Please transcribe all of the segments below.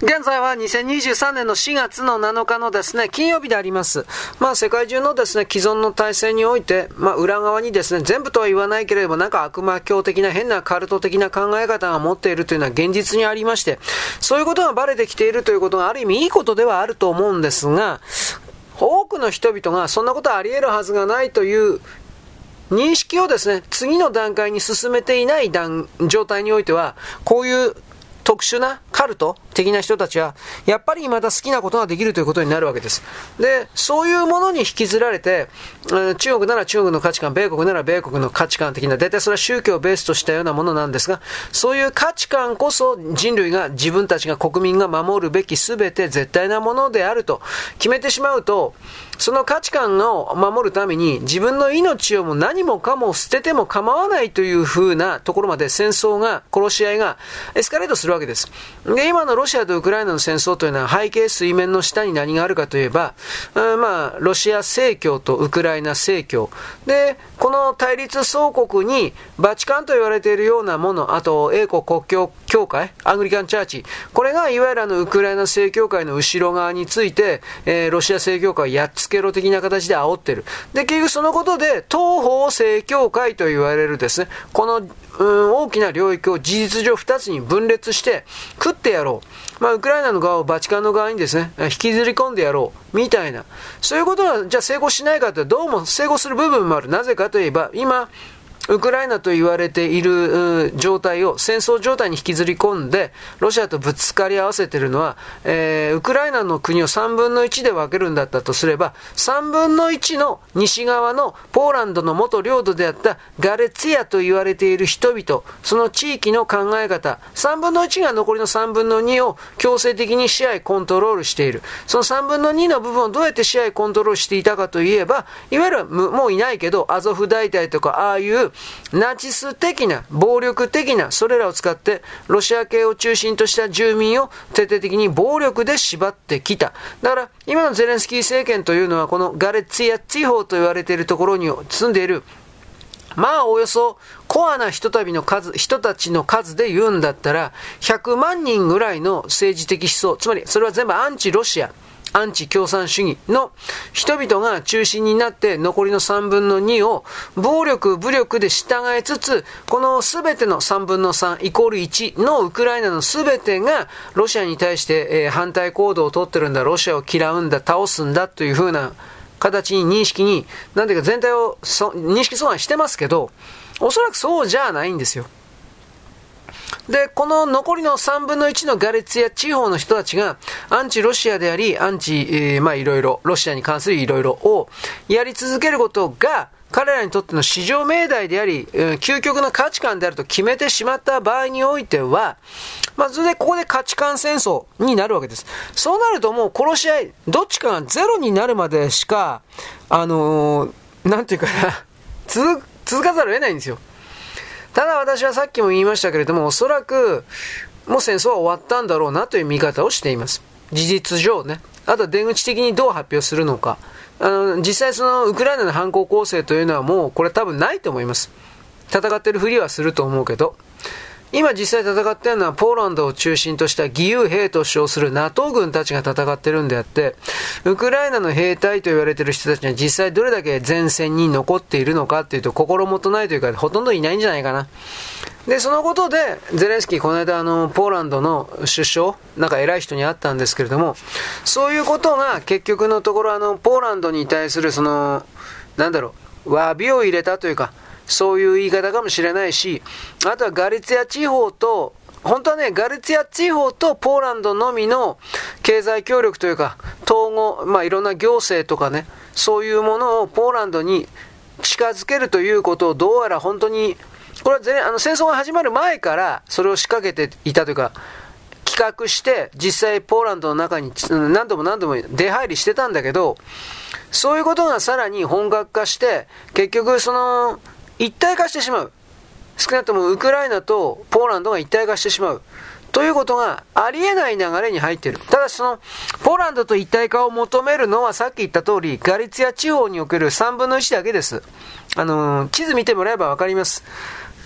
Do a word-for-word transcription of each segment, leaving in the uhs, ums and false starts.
現在はにせんにじゅうさんねんのしがつのなのかのですね、金曜日であります。まあ世界中のですね、既存の体制において、まあ裏側にですね、全部とは言わないけれども、なんか悪魔教的な変なカルト的な考え方が持っているというのは現実にありまして、そういうことがバレてきているということがある意味いいことではあると思うんですが、多くの人々がそんなことはあり得るはずがないという認識をですね、次の段階に進めていない段状態においては、こういう特殊なカルト的な人たちはやっぱりまた好きなことができるということになるわけです。で、そういうものに引きずられて、中国なら中国の価値観、米国なら米国の価値観的な、大体それは宗教をベースとしたようなものなんですが、そういう価値観こそ人類が、自分たちが、国民が守るべき全て絶対なものであると決めてしまうと、その価値観を守るために自分の命をも何もかも捨てても構わないという風なところまで戦争が、殺し合いがエスカレートするわけです。で、今のロシアとウクライナの戦争というのは背景水面の下に何があるかといえば、うん、まあロシア正教とウクライナ正教で、この対立双国にバチカンと言われているようなもの、あと英国国教協会、アングリカンチャーチ、これがいわゆるあのウクライナ正教会の後ろ側について、えー、ロシア正教会をやっつけろ的な形で煽ってる。で、結局そのことで東方正教会と言われるですね、このうん、大きな領域を事実上ふたつに分裂して食ってやろう。まあ、ウクライナの側をバチカンの側にですね、引きずり込んでやろう。みたいな。そういうことは、じゃあ成功しないかというと、どうも成功する部分もある。なぜかといえば、今、ウクライナと言われている状態を戦争状態に引きずり込んでロシアとぶつかり合わせているのは、えー、ウクライナの国をさんぶんのいちで分けるんだったとすれば、さんぶんのいちの西側のポーランドの元領土であったガレツィアと言われている人々、その地域の考え方、さんぶんのいちが残りのさんぶんのにを強制的に支配コントロールしている。そのさんぶんのにの部分をどうやって支配コントロールしていたかといえば、いわゆるもういないけどアゾフ大隊とかああいうナチス的な、暴力的な、それらを使って、ロシア系を中心とした住民を徹底的に暴力で縛ってきた。だから、今のゼレンスキー政権というのは、このガレツィア地方と言われているところに住んでいる、まあ、およそ、コアな人たちの数、人たちの数で言うんだったら、ひゃくまんにんぐらいの政治的思想、つまり、それは全部アンチロシア、アンチ共産主義の人々が中心になって残りのさんぶんのにを暴力武力で従えつつ、このすべてのさんぶんのさんイコールいちのウクライナのすべてがロシアに対して、えー、反対行動を取ってるんだ、ロシアを嫌うんだ、倒すんだというふうな形に認識に、なんていうか全体をそ認識阻害してますけど、おそらくそうじゃないんですよ。で、この残りのさんぶんのいちのガレツィア地方の人たちがアンチロシアであり、アンチ、えー、まあいろいろ、ロシアに関するいろいろをやり続けることが彼らにとっての至上命題であり、えー、究極の価値観であると決めてしまった場合においては、まあそれでここで価値観戦争になるわけです。そうなるともう殺し合い、どっちかがゼロになるまでしか、あのー、なんていうかな、続、続かざるを得ないんですよ。ただ私はさっきも言いましたけれども、おそらくもう戦争は終わったんだろうなという見方をしています。事実上ね。あとは出口的にどう発表するのか。あの実際そのウクライナの反攻攻勢というのはもうこれ多分ないと思います。戦ってるふりはすると思うけど、今実際戦っているのはポーランドを中心とした義勇兵と称する NATO 軍たちが戦ってるんであって、ウクライナの兵隊と言われている人たちは実際どれだけ前線に残っているのかっていうと心もとないというかほとんどいないんじゃないかな。で、そのことでゼレンスキーこの間あのポーランドの首相なんか偉い人に会ったんですけれども、そういうことが結局のところあのポーランドに対するそのなんだろう詫びを入れたというか、そういう言い方かもしれないし、あとはガリツィア地方と、本当はね、ガリツィア地方とポーランドのみの経済協力というか、統合、まあいろんな行政とかね、そういうものをポーランドに近づけるということをどうやら本当に、これは全あの戦争が始まる前からそれを仕掛けていたというか、企画して実際ポーランドの中に何度も何度も出入りしてたんだけど、そういうことがさらに本格化して、結局その、一体化してしまう。少なくともウクライナとポーランドが一体化してしまう。ということがありえない流れに入っている。ただしその、ポーランドと一体化を求めるのはさっき言った通り、ガリツィア地方におけるさんぶんのいちだけです。あのー、地図見てもらえばわかります。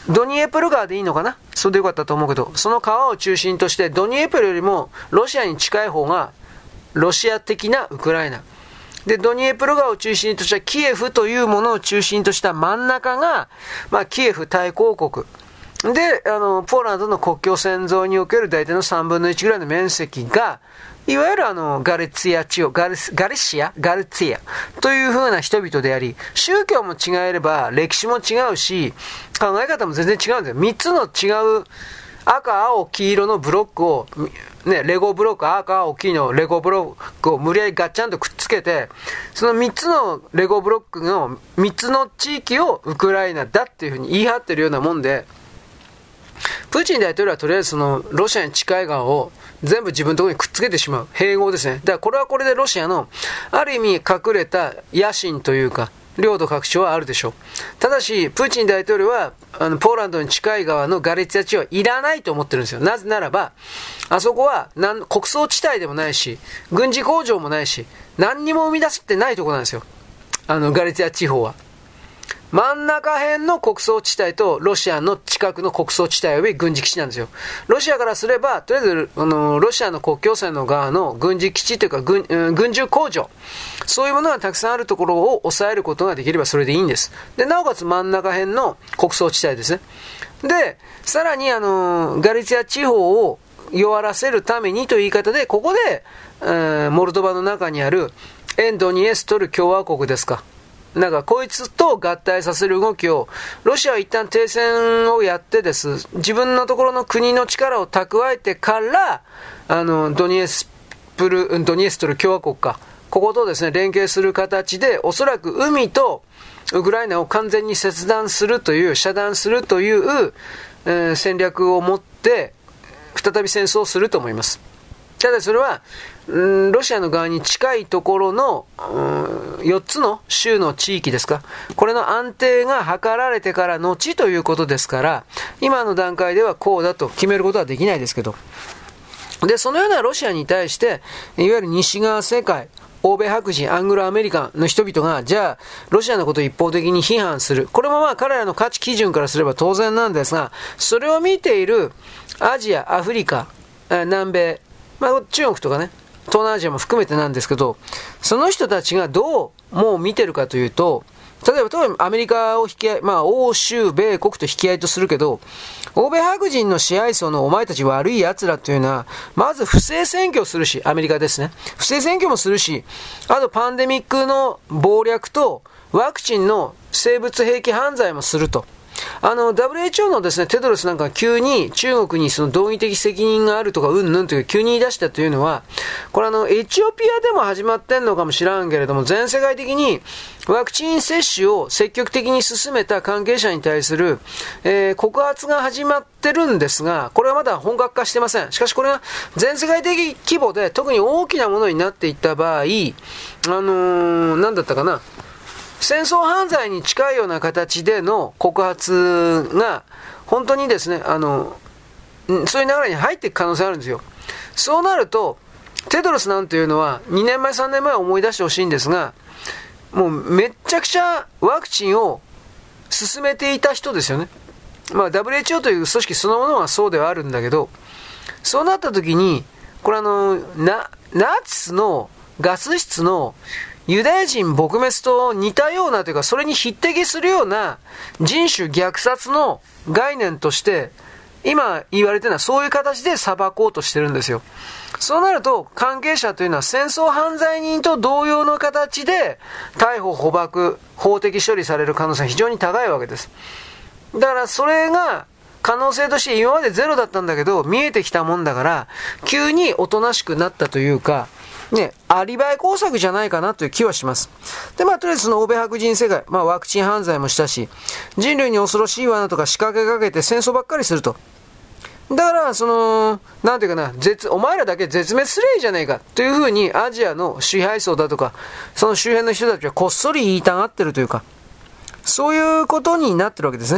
ドニエプル川でいいのかな、それでよかったと思うけど、その川を中心として、ドニエプルよりもロシアに近い方がロシア的なウクライナで、ドニエプル川を中心としたキエフというものを中心とした真ん中が、まあ、キエフ大公国で、あのポーランドの国境線沿いにおける大体のさんぶんのいちぐらいの面積が、いわゆるあのガルツィア地方、ガルガリシア、ガルツィアという風な人々であり、宗教も違えれば歴史も違うし、考え方も全然違うんですよ。みっつの違う赤、青、黄色のブロックを、ね、レゴブロック、赤、青、黄のレゴブロックを無理やりガッチャンとくっつけて、そのみっつのレゴブロックのみっつの地域をウクライナだっていう風に言い張ってるようなもんで、プーチン大統領はとりあえずそのロシアに近い側を全部自分のところにくっつけてしまう。併合ですね。だからこれはこれでロシアのある意味隠れた野心というか、領土拡張はあるでしょう。ただし、プーチン大統領はあのポーランドに近い側のガリツィア地方はいらないと思ってるんですよ。なぜならば、あそこは何穀倉地帯でもないし、軍事工場もないし、何にも生み出してないところなんですよ。あのガリツィア地方は。真ん中辺の穀倉地帯とロシアの近くの穀倉地帯及び軍事基地なんですよ。ロシアからすれば、とりあえずあのロシアの国境線の側の軍事基地というか 軍,、うん、軍需工場、そういうものがたくさんあるところを抑えることができればそれでいいんです。で、なおかつ真ん中辺の穀倉地帯ですね。で、さらにあのガリツィア地方を弱らせるためにという言い方で、ここで、えー、モルドバの中にある沿ドニエストル共和国ですか。なんかこいつと合体させる動きを、ロシアは一旦停戦をやってです、自分のところの国の力を蓄えてから、あのドニエスプル、ドニエストル共和国か、こことですね連携する形で、おそらく海とウクライナを完全に切断するという、遮断するという、えー、戦略を持って再び戦争をすると思います。ただそれはロシアの側に近いところのよっつの州の地域ですか、これの安定が図られてから後ということですから、今の段階ではこうだと決めることはできないですけど、でそのようなロシアに対していわゆる西側世界、欧米白人、アングロアメリカンの人々が、じゃあロシアのことを一方的に批判する、これもまあ彼らの価値基準からすれば当然なんですが、それを見ているアジア、アフリカ、南米、まあ、中国とかね、東南アジアも含めてなんですけど、その人たちがどうもう見てるかというと、例えば、例えばアメリカを引き合い、まあ、欧州、米国と引き合いとするけど、欧米白人の支配層のお前たち悪い奴らというのは、まず不正選挙をするし、アメリカですね。不正選挙もするし、あとパンデミックの謀略とワクチンの生物兵器犯罪もすると。あの ダブリューエイチオー のですねテドロスなんか急に中国にその道義的責任があるとかうんぬんという急に言い出したというのは、これあのエチオピアでも始まってんのかもしらんけれども、全世界的にワクチン接種を積極的に進めた関係者に対する、えー、告発が始まってるんですが、これはまだ本格化してません。しかしこれが全世界的規模で特に大きなものになっていった場合、あのー、なんだったかな、戦争犯罪に近いような形での告発が本当にですね、あのそういう流れに入っていく可能性があるんですよ。そうなるとテドロスなんていうのはにねんまえさんねんまえ思い出してほしいんですが、もうめっちゃくちゃワクチンを進めていた人ですよね。まあ ダブリューエイチオー という組織そのものはそうではあるんだけど、そうなった時にこれあの ナ, ナチスのガス室のユダヤ人撲滅と似たようなというか、それに匹敵するような人種虐殺の概念として今言われてるのはそういう形で裁こうとしてるんですよ。そうなると関係者というのは戦争犯罪人と同様の形で逮捕捕獲法的処理される可能性が非常に高いわけです。だからそれが可能性として今までゼロだったんだけど見えてきたもんだから、急におとなしくなったというかね、アリバイ工作じゃないかなという気はします。で、まあ、とりあえずその欧米白人世界、まあ、ワクチン犯罪もしたし、人類に恐ろしい罠とか仕掛けかけて戦争ばっかりすると。だから、その、なんていうかな、絶、お前らだけ絶滅すればいいじゃないかというふうに、アジアの支配層だとか、その周辺の人たちはこっそり言いたがってるというか、そういうことになってるわけですね。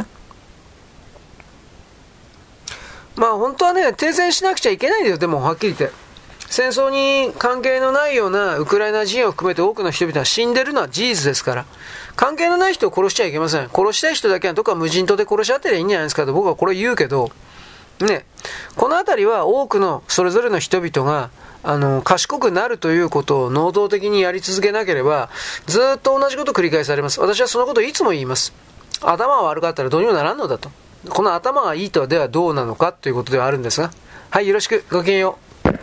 まあ、本当はね、停戦しなくちゃいけないんだよ、でも、はっきり言って。戦争に関係のないようなウクライナ人を含めて多くの人々が死んでるのは事実ですから、 関係のない人を殺しちゃいけません。殺したい人だけはどっか無人島で殺し合ってりゃいいんじゃないですかと僕はこれ言うけど、ね、このあたりは多くのそれぞれの人々があの賢くなるということを能動的にやり続けなければずっと同じことを繰り返されます。私はそのことをいつも言います。頭が悪かったらどうにもならんのだと。この頭がいいとはではどうなのかということではあるんですが、はい、よろしく、ごきげんよう。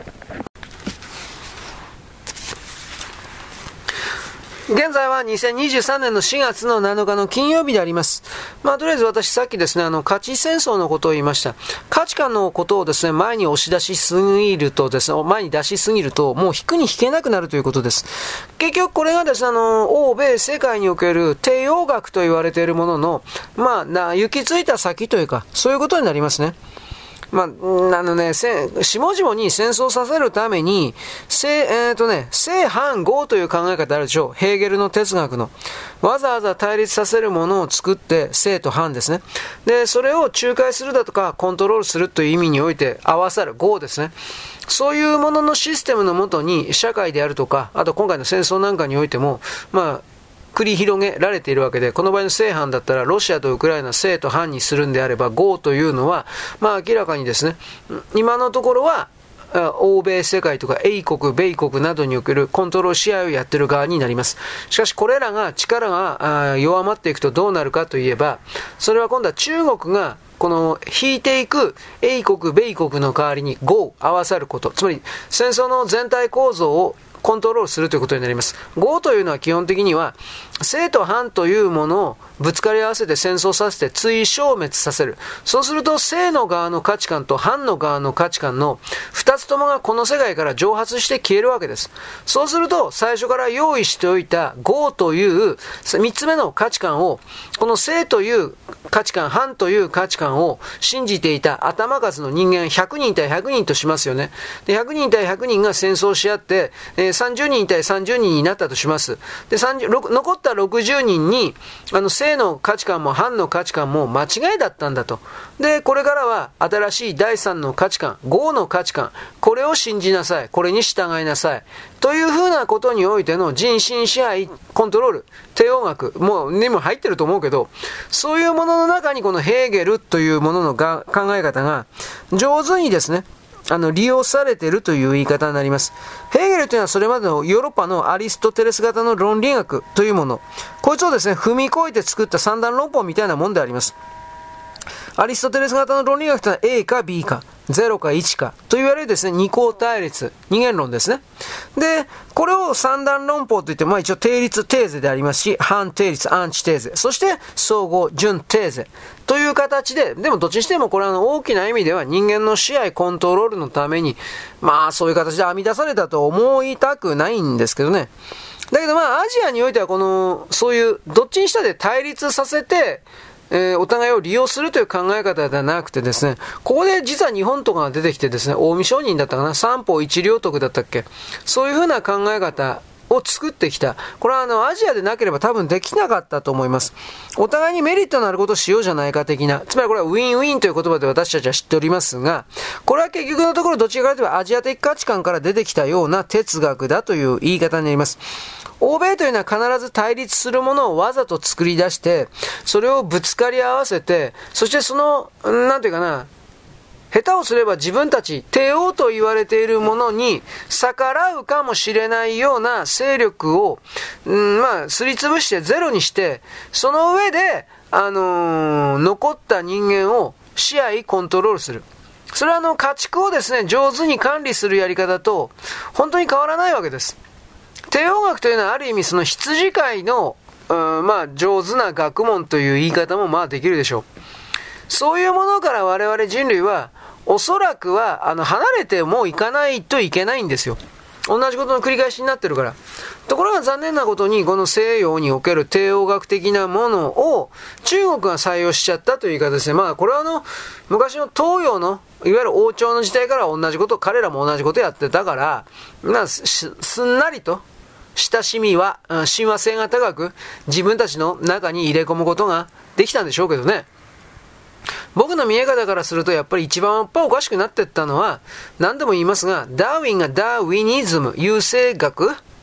現在はにせんにじゅうさんねんのしがつのなのかの金曜日であります。まあとりあえず私さっきですね、あの価値戦争のことを言いました。価値観のことをですね、前に押し出しすぎるとですね、前に出しすぎるともう引くに引けなくなるということです。結局これがですね、あの欧米世界における帝王学と言われているもののまあな行き着いた先というかそういうことになりますね。まあ、あのね、下々に戦争させるために、正、えっとね、正反合という考え方あるでしょう。ヘーゲルの哲学の。わざわざ対立させるものを作って、正と反ですね。で、それを仲介するだとか、コントロールするという意味において、合わさる合ですね。そういうもののシステムのもとに、社会であるとか、あと今回の戦争なんかにおいても、まあ、繰り広げられているわけで、この場合の正反だったらロシアとウクライナ正と反にするんであれば合というのは、まあ明らかにですね、今のところは欧米世界とか英国、米国などにおけるコントロール支配をやっている側になります。しかしこれらが力が弱まっていくとどうなるかといえば、それは今度は中国がこの引いていく英国、米国の代わりに合を合わさること、つまり戦争の全体構造をコントロールするということになります。合というのは基本的には正と反というものをぶつかり合わせて戦争させて追消滅させる。そうすると正の側の価値観と反の側の価値観の二つともがこの世界から蒸発して消えるわけです。そうすると最初から用意しておいた合という三つ目の価値観を、この正という価値観、反という価値観を信じていた頭数の人間ひゃくにん対ひゃくにんとしますよね。でひゃくにん対ひゃくにんが戦争し合って、えー、さんじゅうにん対さんじゅうにんになったとします。でさんじゅう残ったろくじゅうにんにあの正の価値観も反の価値観も間違いだったんだと。でこれからは新しいだいさんの価値観、合の価値観、これを信じなさい、これに従いなさいというふうなことにおいての人心支配コントロール、帝王学もにも入ってると思うけど、そういうものの中にこのヘーゲルというもののが考え方が上手にですね、あの利用されているという言い方になります。ヘーゲルというのはそれまでのヨーロッパのアリストテレス型の論理学というもの、こいつをですね踏み越えて作った三段論法みたいなもんであります。アリストテレス型の論理学というのは A か B かゼロかいちかと言われるですね二項対立、二元論ですね。でこれを三段論法といって、まあ一応定律テーゼでありますし、反定律アンチテーゼ、そして相互準テーゼという形で、でもどっちにしてもこれは大きな意味では人間の支配コントロールのためにまあそういう形で編み出されたと思いたくないんですけどね。だけどまあアジアにおいてはこのそういうどっちにしたで対立させてえー、お互いを利用するという考え方ではなくてですね、ここで実は日本とかが出てきてですね、近江商人だったかな、三方一両徳だったっけ、そういうふうな考え方を作ってきた。これはあのアジアでなければ多分できなかったと思います。お互いにメリットのあることをしようじゃないか的な、つまりこれはウィンウィンという言葉で私たちは知っておりますが、これは結局のところどちらかというとアジア的価値観から出てきたような哲学だという言い方になります。欧米というのは必ず対立するものをわざと作り出して、それをぶつかり合わせて、そしてその、なんていうかな、下手をすれば自分たち、帝王と言われているものに逆らうかもしれないような勢力を、うん、まあ、すりつぶしてゼロにして、その上で、あのー、残った人間を支配、コントロールする。それはあの、家畜をですね、上手に管理するやり方と、本当に変わらないわけです。帝王学というのはある意味その羊飼いの、うん、まあ上手な学問という言い方もまあできるでしょう。そういうものから我々人類はおそらくはあの離れてもいかないといけないんですよ。同じことの繰り返しになってるから。ところが残念なことにこの西洋における帝王学的なものを中国が採用しちゃったという言い方ですね。まあこれはあの昔の東洋のいわゆる王朝の時代から同じこと彼らも同じことやってたから、まあ、す, すんなりと親しみは、親和性が高く自分たちの中に入れ込むことができたんでしょうけどね。僕の見え方からするとやっぱり一番やっぱおかしくなっていったのは、何度も言いますが、ダーウィンがダーウィニズム、優生学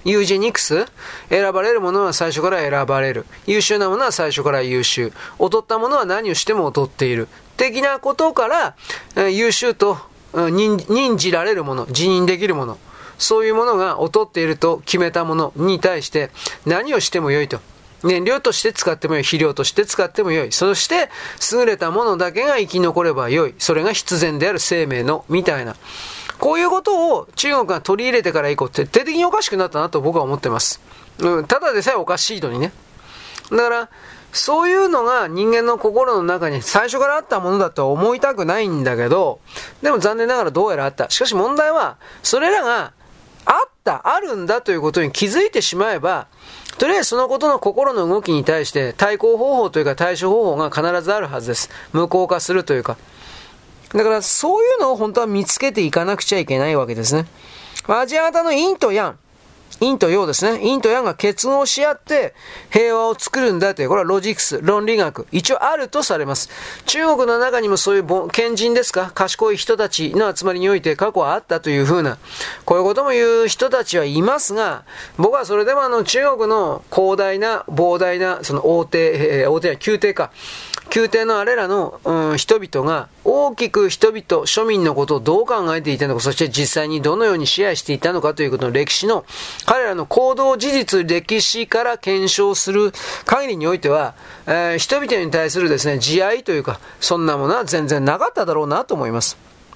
ユージェニクス、選ばれるものは最初から選ばれる。優秀なものは最初から優秀。劣ったものは何をしても劣っている。的なことから、えー、優秀と、うん、任、任じられるもの、辞任できるもの、そういうものが劣っていると決めたものに対して何をしてもよいと。燃料として使ってもよい。肥料として使ってもよい。そして、優れたものだけが生き残ればよい。それが必然である生命の、みたいな。こういうことを中国が取り入れてから以降、徹底的におかしくなったなと僕は思ってます。うん、ただでさえおかしいのにね。だから、そういうのが人間の心の中に最初からあったものだとは思いたくないんだけど、でも残念ながらどうやらあった。しかし問題は、それらがあった、あるんだということに気づいてしまえば、とりあえずそのことの心の動きに対して対抗方法というか対処方法が必ずあるはずです。無効化するというか。だからそういうのを本当は見つけていかなくちゃいけないわけですね。アジア型の陰と陽、陰と陽ですね。陰と陽が結合し合って平和を作るんだという、これはロジックス、論理学、一応あるとされます。中国の中にもそういう賢人ですか、賢い人たちの集まりにおいて過去はあったというふうな、こういうことも言う人たちはいますが、僕はそれでもあの中国の広大な膨大なその大手、えー、大手や宮廷か、宮廷のあれらの、うん、人々が大きく人々、庶民のことをどう考えていたのか、そして実際にどのように支配していたのかということの歴史の、彼らの行動事実、歴史から検証する限りにおいては、えー、人々に対するですね、慈愛というか、そんなものは全然なかっただろうなと思います。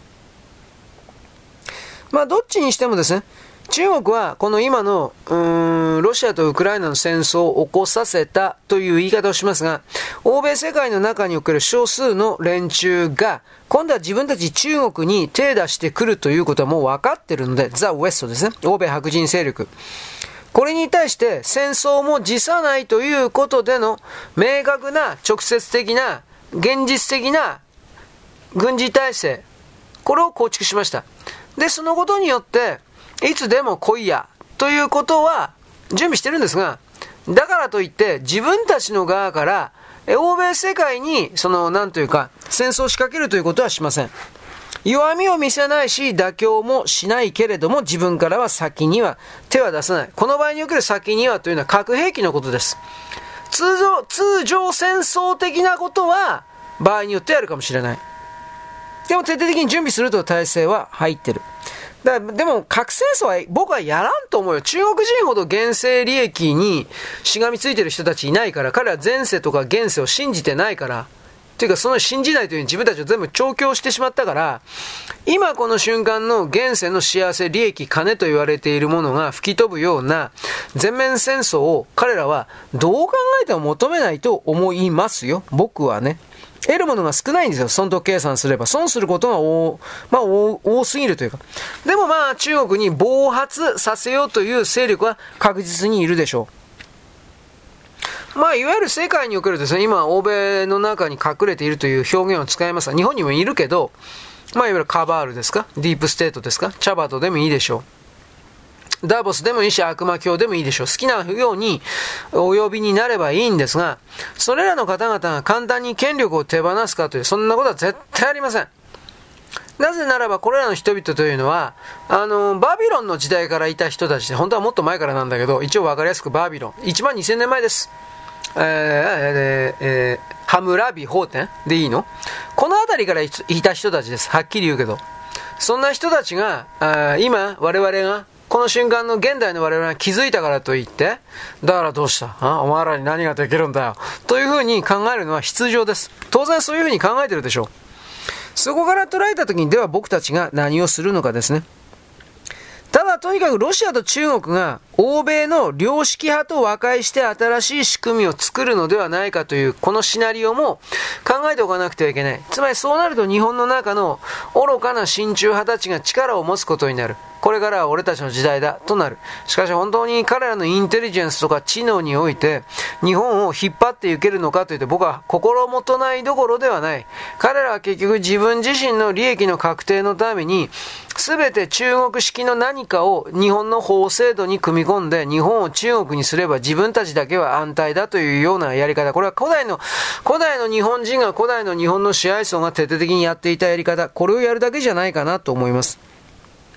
まあ、どっちにしてもですね、中国はこの今のうーんロシアとウクライナの戦争を起こさせたという言い方をしますが、欧米世界の中における少数の連中が今度は自分たち中国に手出してくるということはもう分かっているので、ザ・ウェストですね、欧米白人勢力、これに対して戦争も辞さないということでの明確な直接的な現実的な軍事体制、これを構築しました。で、そのことによっていつでも来いやということは準備してるんですが、だからといって自分たちの側から欧米世界にそのなんというか戦争を仕掛けるということはしません。弱みを見せないし妥協もしないけれども、自分からは先には手は出さない。この場合における先にはというのは核兵器のことです。通常通常戦争的なことは場合によってあるかもしれない。でも徹底的に準備するという体制は入ってる。だでも核戦争は僕はやらんと思うよ。中国人ほど現世利益にしがみついてる人たちいないから、彼は前世とか現世を信じてないから、というかその信じないという自分たちを全部調教してしまったから、今この瞬間の現世の幸せ、利益、金と言われているものが吹き飛ぶような全面戦争を彼らはどう考えても求めないと思いますよ。僕はね。得るものが少ないんですよ。損得計算すれば。損することが多、まあ、多、多すぎるというか。でもまあ中国に暴発させようという勢力は確実にいるでしょう。まあいわゆる世界におけるですね、今欧米の中に隠れているという表現を使いますが、日本にもいるけど、まあいわゆるカバールですか、ディープステートですか、チャバトでもいいでしょう。ダーボスでもいいし悪魔教でもいいでしょう。好きなようにお呼びになればいいんですが、それらの方々が簡単に権力を手放すかという、そんなことは絶対ありません。なぜならばこれらの人々というのはあのバビロンの時代からいた人たちで、本当はもっと前からなんだけど、一応分かりやすくバビロンいちまんにせんねんまえです。えーえーえー、ハムラビ法典でいいの、この辺りからいた人たちです。はっきり言うけど、そんな人たちがあ今我々がこの瞬間の現代の我々が気づいたからといって、だからどうしたあお前らに何ができるんだよというふうに考えるのは必要です。当然そういうふうに考えてるでしょう。そこから捉えたときに、では僕たちが何をするのかですね。ただとにかくロシアと中国が欧米の良識派と和解して新しい仕組みを作るのではないかというこのシナリオも考えておかなくてはいけない。つまりそうなると日本の中の愚かな親中派たちが力を持つことになる。これからは俺たちの時代だとなる。しかし本当に彼らのインテリジェンスとか知能において日本を引っ張っていけるのかというと、僕は心もとないどころではない。彼らは結局自分自身の利益の確定のために全て中国式の何かを日本の法制度に組み込んで日本を中国にすれば自分たちだけは安泰だというようなやり方、これは古代の古代の日本人が古代の日本の支配層が徹底的にやっていたやり方、これをやるだけじゃないかなと思います。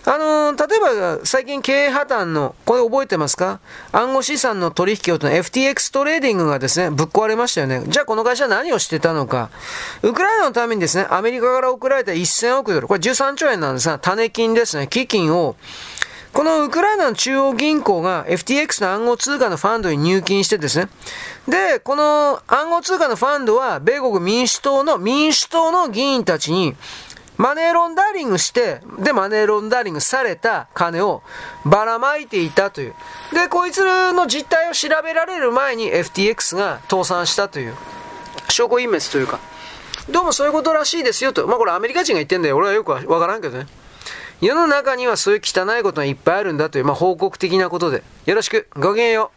あのー、例えば最近経営破綻の、これ覚えてますか？暗号資産の取引をとの エフティーエックス トレーディングがですね、ぶっ壊れましたよね。じゃあこの会社は何をしてたのか。ウクライナのためにですね、アメリカから送られたせんおくドル、これじゅうさんちょうえんなんですが、種金ですね、基金を、このウクライナの中央銀行が エフティーエックス の暗号通貨のファンドに入金してですね。で、この暗号通貨のファンドは、米国民主党の、民主党の議員たちに、マネーロンダーリングして、で、マネーロンダーリングされた金をばらまいていたという。で、こいつの実態を調べられる前に エフティーエックス が倒産したという、証拠隠滅というか、どうもそういうことらしいですよと。まあこれアメリカ人が言ってんだよ。俺はよくわからんけどね。世の中にはそういう汚いことがいっぱいあるんだという、まあ報告的なことで。よろしく。ごきげんよう。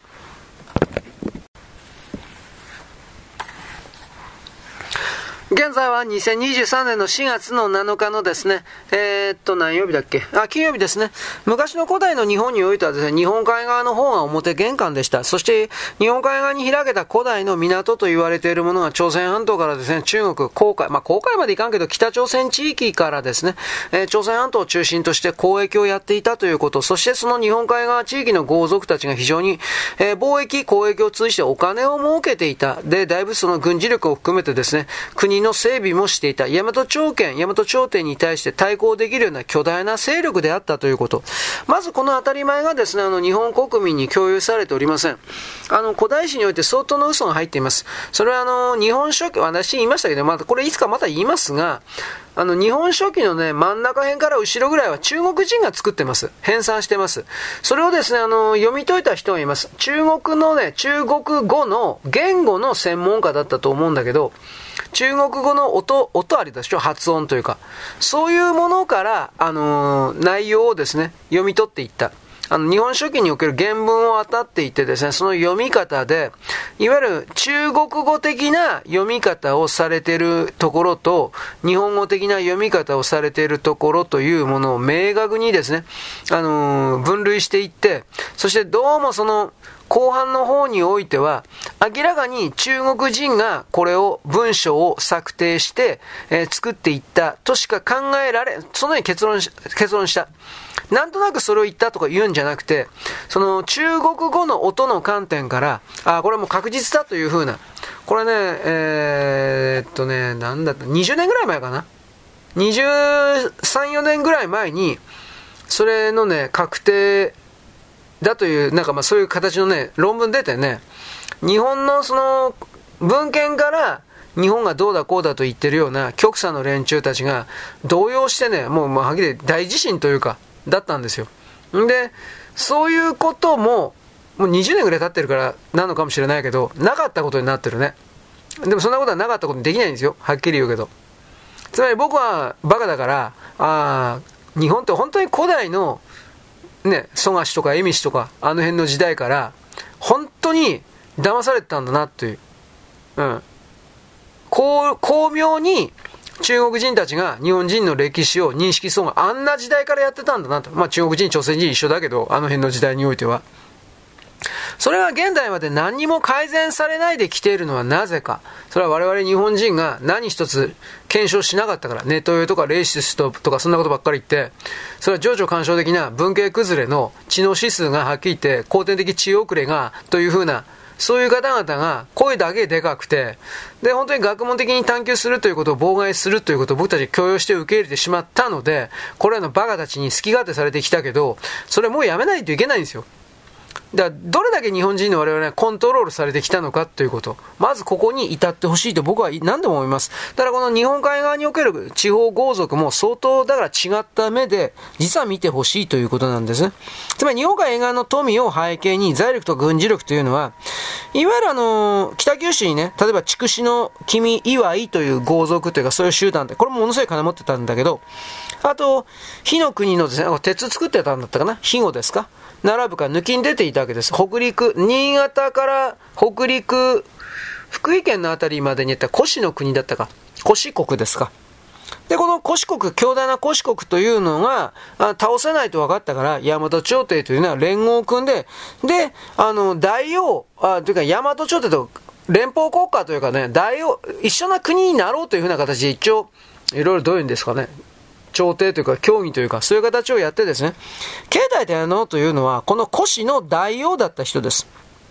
現在はにせんにじゅうさんねんのしがつのなのかのですね、えー、っと何曜日だっけ、あ、金曜日ですね。昔の古代の日本においてはですね、日本海側の方が表玄関でした。そして日本海側に開けた古代の港と言われているものが朝鮮半島からですね、中国、黄海、まあ黄海までいかんけど北朝鮮地域からですね、えー、朝鮮半島を中心として交易をやっていたということ、そしてその日本海側地域の豪族たちが非常に、えー、貿易、交易を通じてお金を儲けていた。で、だいぶその軍事力を含めてですね、国の整備もしていた。大和朝権、大和朝廷に対して対抗できるような巨大な勢力であったということ。まずこの当たり前がですね、あの日本国民に共有されておりません。あの古代史において相当の嘘が入っています。それはあの日本書紀、私言いましたけど、またこれいつかまた言いますが、あの日本書紀のね、真ん中辺から後ろぐらいは中国人が作ってます。編纂してます。それをですね、あの読み解いた人がいます。中国のね、中国語の言語の専門家だったと思うんだけど、中国語の音、音ありでしょ、発音というか。そういうものから、あのー、内容をですね、読み取っていった。あの、日本書紀における原文を当たっていてですね、その読み方で、いわゆる中国語的な読み方をされているところと、日本語的な読み方をされているところというものを明確にですね、あのー、分類していって、そしてどうもその、後半の方においては、明らかに中国人がこれを文章を策定して、えー、作っていったとしか考えられ、そのように結論し、結論した。なんとなくそれを言ったとか言うんじゃなくて、その中国語の音の観点から、あ、これはもう確実だというふうな、これね、えー、っとね、なんだった、にじゅうねんぐらい前かな。にじゅうさん、よねんぐらい前に、それのね、確定、だという、なんかまあそういう形のね、論文出てね、日本のその文献から日本がどうだこうだと言ってるような極左の連中たちが動揺してね、もうまあはっきり大地震というか、だったんですよ。んで、そういうことも、もうにじゅうねんぐらい経ってるからなのかもしれないけど、なかったことになってるね。でもそんなことはなかったことにできないんですよ。はっきり言うけど。つまり僕はバカだから、ああ、日本って本当に古代のね、蘇我氏とか蝦夷氏とかあの辺の時代から本当に騙されてたんだなっていう、うん、こう巧妙に中国人たちが日本人の歴史を認識そうがあんな時代からやってたんだなと。まあ中国人朝鮮人一緒だけど、あの辺の時代においてはそれが現代まで何にも改善されないで来ているのはなぜか。それは我々日本人が何一つ検証しなかったから。ネトウヨとかレイシストとかそんなことばっかり言って、それは情緒干渉的な文系崩れの知能指数がはっきり言って後天的知恵遅れがというふうな、そういう方々が声だけでかくて、で本当に学問的に探求するということを妨害するということを僕たち強要して受け入れてしまったので、これらのバカたちに好き勝手されてきたけど、それもうやめないといけないんですよ。だからどれだけ日本人の我々がコントロールされてきたのかということ、まずここに至ってほしいと僕は何度も思います。だからこの日本海側における地方豪族も相当だから違った目で実は見てほしいということなんですね。つまり日本海沿岸の富を背景に財力と軍事力というのは、いわゆるあの北九州にね、例えば筑紫の君祝いという豪族というかそういう集団で、これもものすごい金持ってたんだけど、あと火の国のですね、鉄作ってたんだったかな、肥後ですか、並ぶから抜きに出ていたわけです。北陸、新潟から北陸、福井県のあたりまでに行った古の国だったか、古四国ですか。で、この古四国、強大な古四国というのがあ倒せないと分かったから、大和朝廷というのは連合を組んで、で、あの、大王、あというか大和朝廷と連邦国家というかね、大王、一緒な国になろうというふうな形で一応、いろいろどういうんですかね、 調停というか協議というかそういう形をやってですね、慶太天皇というのはこの古史の大王だった人です。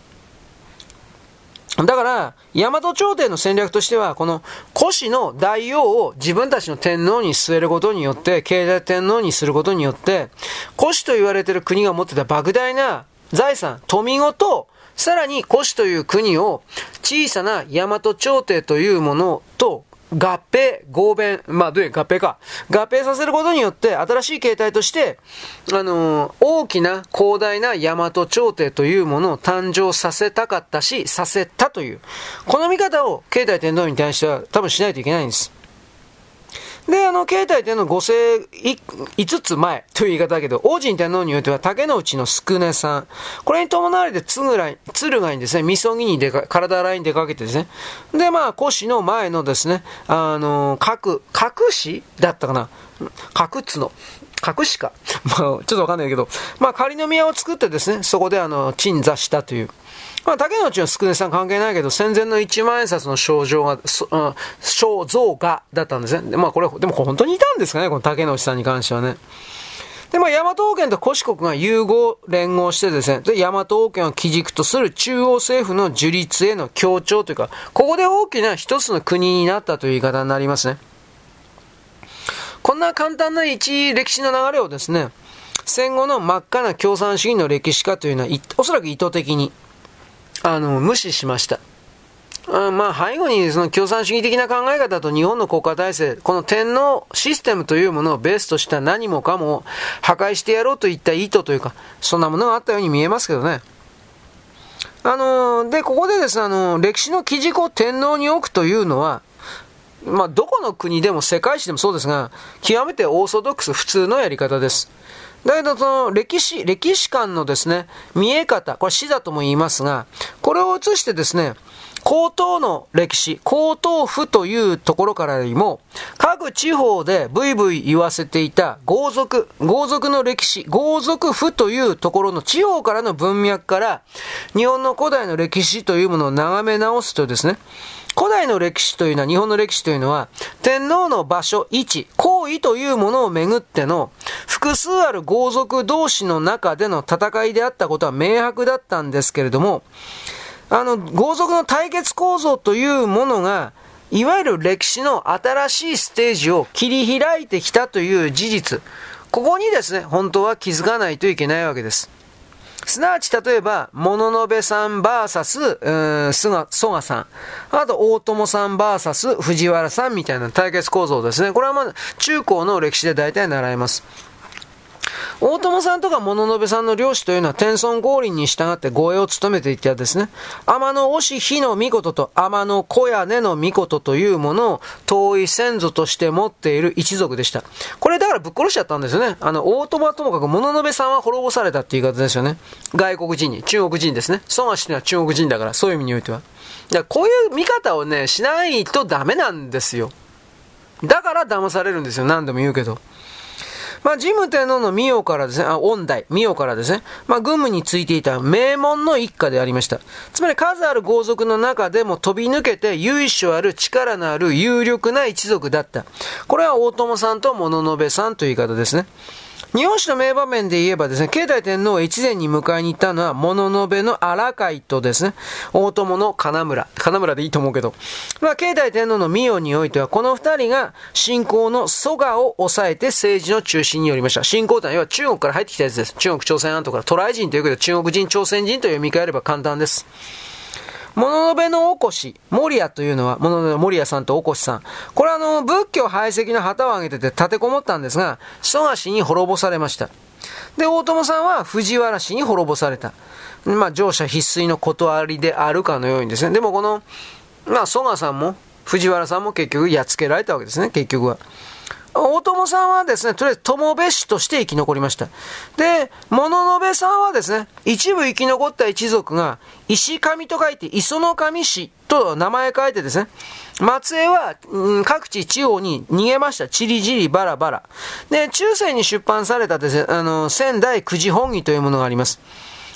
だから、大和朝廷の戦略としては、この古史の大王を自分たちの天皇に据えることによって、慶太天皇にすることによって、古史と言われている国が持ってた莫大な財産、富ごと、さらに古史という国を小さな大和朝廷というものと合併、合弁、まあどういう合併か。合併させることによって、新しい形態として、あのー、大きな広大な大和朝廷というものを誕生させたかったし、させたという。この見方を慶太天皇に対しては多分しないといけないんです。で、あの、慶太天皇ご世いつつまえという言い方だけど、王神天皇においては竹之内の宿根さん。これに伴われて敦賀に、敦賀にですね、みそぎに出か、体洗いに出かけてですね。で、まあ、古史の前のですね、あの、角、角史だったかな角津の。角史か。まあ、ちょっとわかんないけど、まあ、仮の宮を作ってですね、そこであの、鎮座したという。まあ、竹之内の宿根さん関係ないけど、戦前の一万円札の肖像が、肖像画だったんですね。でまあ、これ、でも本当にいたんですかね、この竹之内さんに関してはね。で、まあ、大和王権と古四国が融合、連合してですね、で、大和王権を基軸とする中央政府の樹立への協調というか、ここで大きな一つの国になったという言い方になりますね。こんな簡単な一歴史の流れをですね、戦後の真っ赤な共産主義の歴史家というのは、おそらく意図的に、あの、無視しました。あまあ、背後にその共産主義的な考え方と日本の国家体制、この天皇システムというものをベースとした何もかも破壊してやろうといった意図というか、そんなものがあったように見えますけどね。あの、で、ここでですね、あの、歴史の基軸を天皇に置くというのは、まあ、どこの国でも世界史でもそうですが、極めてオーソドックス、普通のやり方です。だけど、その歴史、歴史観のですね、見え方、これ史だとも言いますが、これを移してですね、皇統の歴史、皇統府というところからよりも、各地方でブイブイ言わせていた豪族、豪族の歴史、豪族府というところの地方からの文脈から、日本の古代の歴史というものを眺め直すとですね、古代の歴史というのは、日本の歴史というのは、天皇の場所、位置、行為というものをめぐっての、複数ある豪族同士の中での戦いであったことは明白だったんですけれども、あの、豪族の対決構造というものが、いわゆる歴史の新しいステージを切り開いてきたという事実、ここにですね、本当は気づかないといけないわけです。すなわち、例えば、物の部さん ブイエス、蘇我さん。あと、大友さん ブイエス 藤原さんみたいな対決構造ですね。これはまあ、中高の歴史で大体習います。大友さんとか物の部さんの領主というのは天孫降臨に従って護衛を務めていたですね。天野押日の御事と天野小屋根の御事というものを遠い先祖として持っている一族でした。これだからぶっ殺しちゃったんですよね。あの、大友はともかく物の部さんは滅ぼされたっていう言い方ですよね。外国人に、中国人ですね。蘇我氏というのは中国人だから、そういう意味においては。いや、こういう見方をね、しないとダメなんですよ。だから騙されるんですよ。何度も言うけど。まあ、神武天皇の御代からですね、あ、恩代、御代からですね、まあ、軍務についていた名門の一家でありました。つまり数ある豪族の中でも飛び抜けて由緒ある力のある有力な一族だった。これは大友さんと物の部さんという言い方ですね。日本史の名場面で言えばですね、慶太天皇を越前に迎えに行ったのは、物の部の荒海とですね、大友の金村。金村でいいと思うけど。まあ、慶太天皇の御代においては、この二人が信仰の蘇我を抑えて政治の中心に寄りました。信仰というのは中国から入ってきたやつです。中国朝鮮半島から。渡来人というけど、中国人、朝鮮人と読み替えれば簡単です。物の部のおこし、守屋というのは、物の部の守屋さんとおこしさん。これはあの、仏教排斥の旗を上げてて立てこもったんですが、蘇我氏に滅ぼされました。で、大友さんは藤原氏に滅ぼされた。まあ、乗車必須の断りであるかのようにですね。でもこの、まあ、蘇我さんも、藤原さんも結局やっつけられたわけですね、結局は。大友さんはですね、とりあえず友部氏として生き残りました。で、物の部さんはですね、一部生き残った一族が、石神と書いて磯の神氏と名前変えてですね、末裔は、うん、各地地方に逃げました。ちりじりバラバラ。で、中世に出版されたですね、あの、仙台九時本義というものがあります。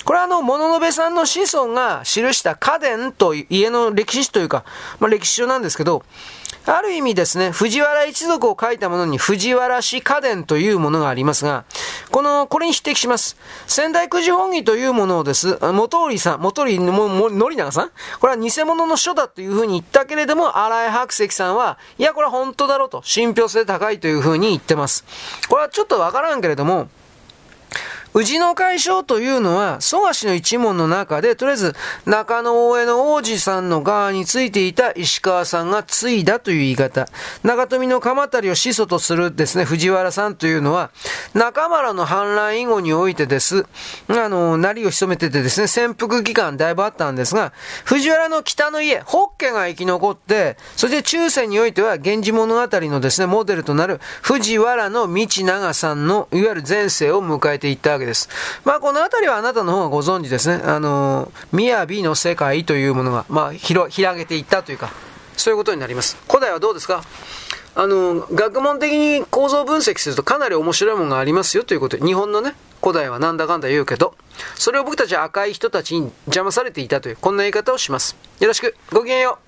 これはあの、物部さんの子孫が記した家伝という家の歴史書というか、まあ、歴史書なんですけど、ある意味ですね、藤原一族を書いたものに藤原氏家伝というものがありますが、この、これに匹敵します。仙台九時本義というものをです、元織さん、元織も、も、のりながさんこれは偽物の書だというふうに言ったけれども、荒井白石さんは、いや、これは本当だろうと、信憑性高いというふうに言ってます。これはちょっとわからんけれども、宇治の海将というのは、蘇我氏の一門の中で、とりあえず、中野大江の王子さんの側についていた石川さんが継いだという言い方。長富の鎌足を始祖とするですね、藤原さんというのは、中村の反乱以後においてです。あの、なりを潜めててですね、潜伏期間だいぶあったんですが、藤原の北の家、北家が生き残って、そして中世においては、源氏物語のですね、モデルとなる藤原の道長さんの、いわゆる前世を迎えていったわけです。まあこのあたりはあなたの方がご存知ですね。あの雅の世界というものがまあ広広げていったというか、そういうことになります。古代はどうですか？あの学問的に構造分析するとかなり面白いものがありますよということで、日本のね古代はなんだかんだ言うけど、それを僕たち赤い人たちに邪魔されていたというこんな言い方をします。よろしく、ごきげんよう。